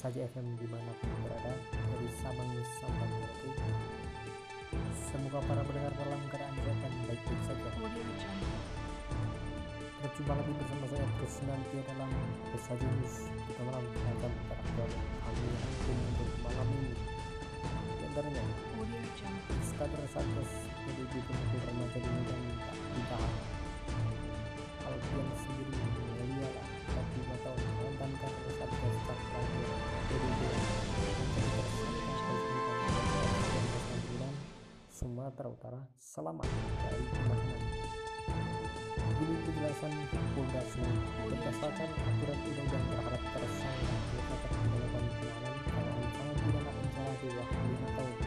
saja FM dimanapun berada, dari Sabang sampai Merauke. Semoga para pendengar dalam keadaan sehat dan baik-baik saja. Berjumpa lagi bersama saya Krisnantia dalam Besaji News. Kita malam akan teraktual kami rangkum untuk malam ini. Di antaranya, kader Satgas PDIP pemukul remaja di Medan tak ditahan. Alfian sendiri mengelia 45 tahun mantan kader Satgas Cakrawala PDIP Sumatera Utara selamat dari penahanan. Ini penjelasan Polda Sumut berdasarkan aturan undang-undang terhadap tersangka terdapat penetapan penahanan karena ancaman pidana penjara di waktu 5 tahun.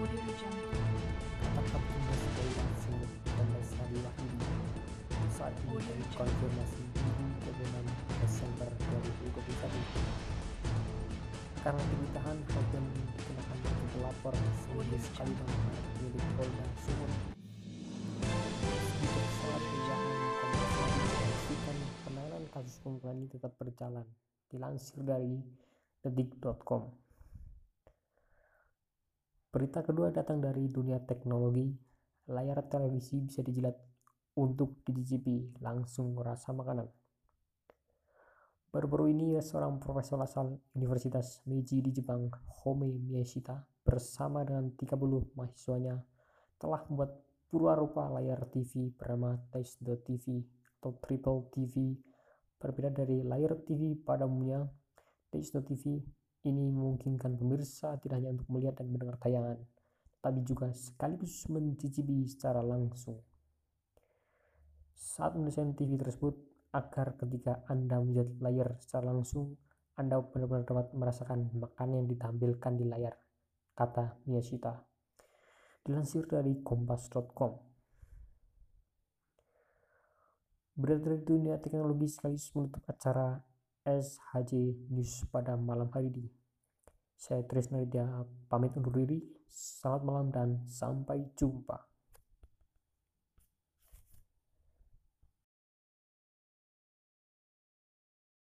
Kata Kapolres Polda Sumut Kombes Hadi Wahyudi saat ini konfirmasi di 26 Desember 2021. Karena ditahan, Alfian dikenakan untuk pelapor seminggu sekali dengan milik Polda Sumut. Penanganan kasus pembunuhan ini tetap berjalan. Dilansir dari detik.com. Berita kedua datang dari dunia teknologi. Layar televisi bisa dijilat untuk dicicipi langsung rasa makanan. Baru-baru ini seorang profesor asal Universitas Meiji di Jepang, Home Miyashita, bersama dengan 30 mahasiswanya telah membuat purwarupa layar TV bernama Taste.tv atau Triple TV. Berbeda dari layar TV pada umumnya, Taste.tv ini memungkinkan pemirsa tidak hanya untuk melihat dan mendengar tayangan, tapi juga sekaligus mencicipi secara langsung. Saat mendesain TV tersebut, agar ketika Anda melihat layar secara langsung, Anda benar-benar dapat merasakan makanan yang ditampilkan di layar, kata Miyashita. Dilansir dari kompas.com. Berita dari dunia teknologi sekaligus menutup acara SHJ News pada malam hari ini. Saya Trisnantia pamit undur diri. Selamat malam dan sampai jumpa.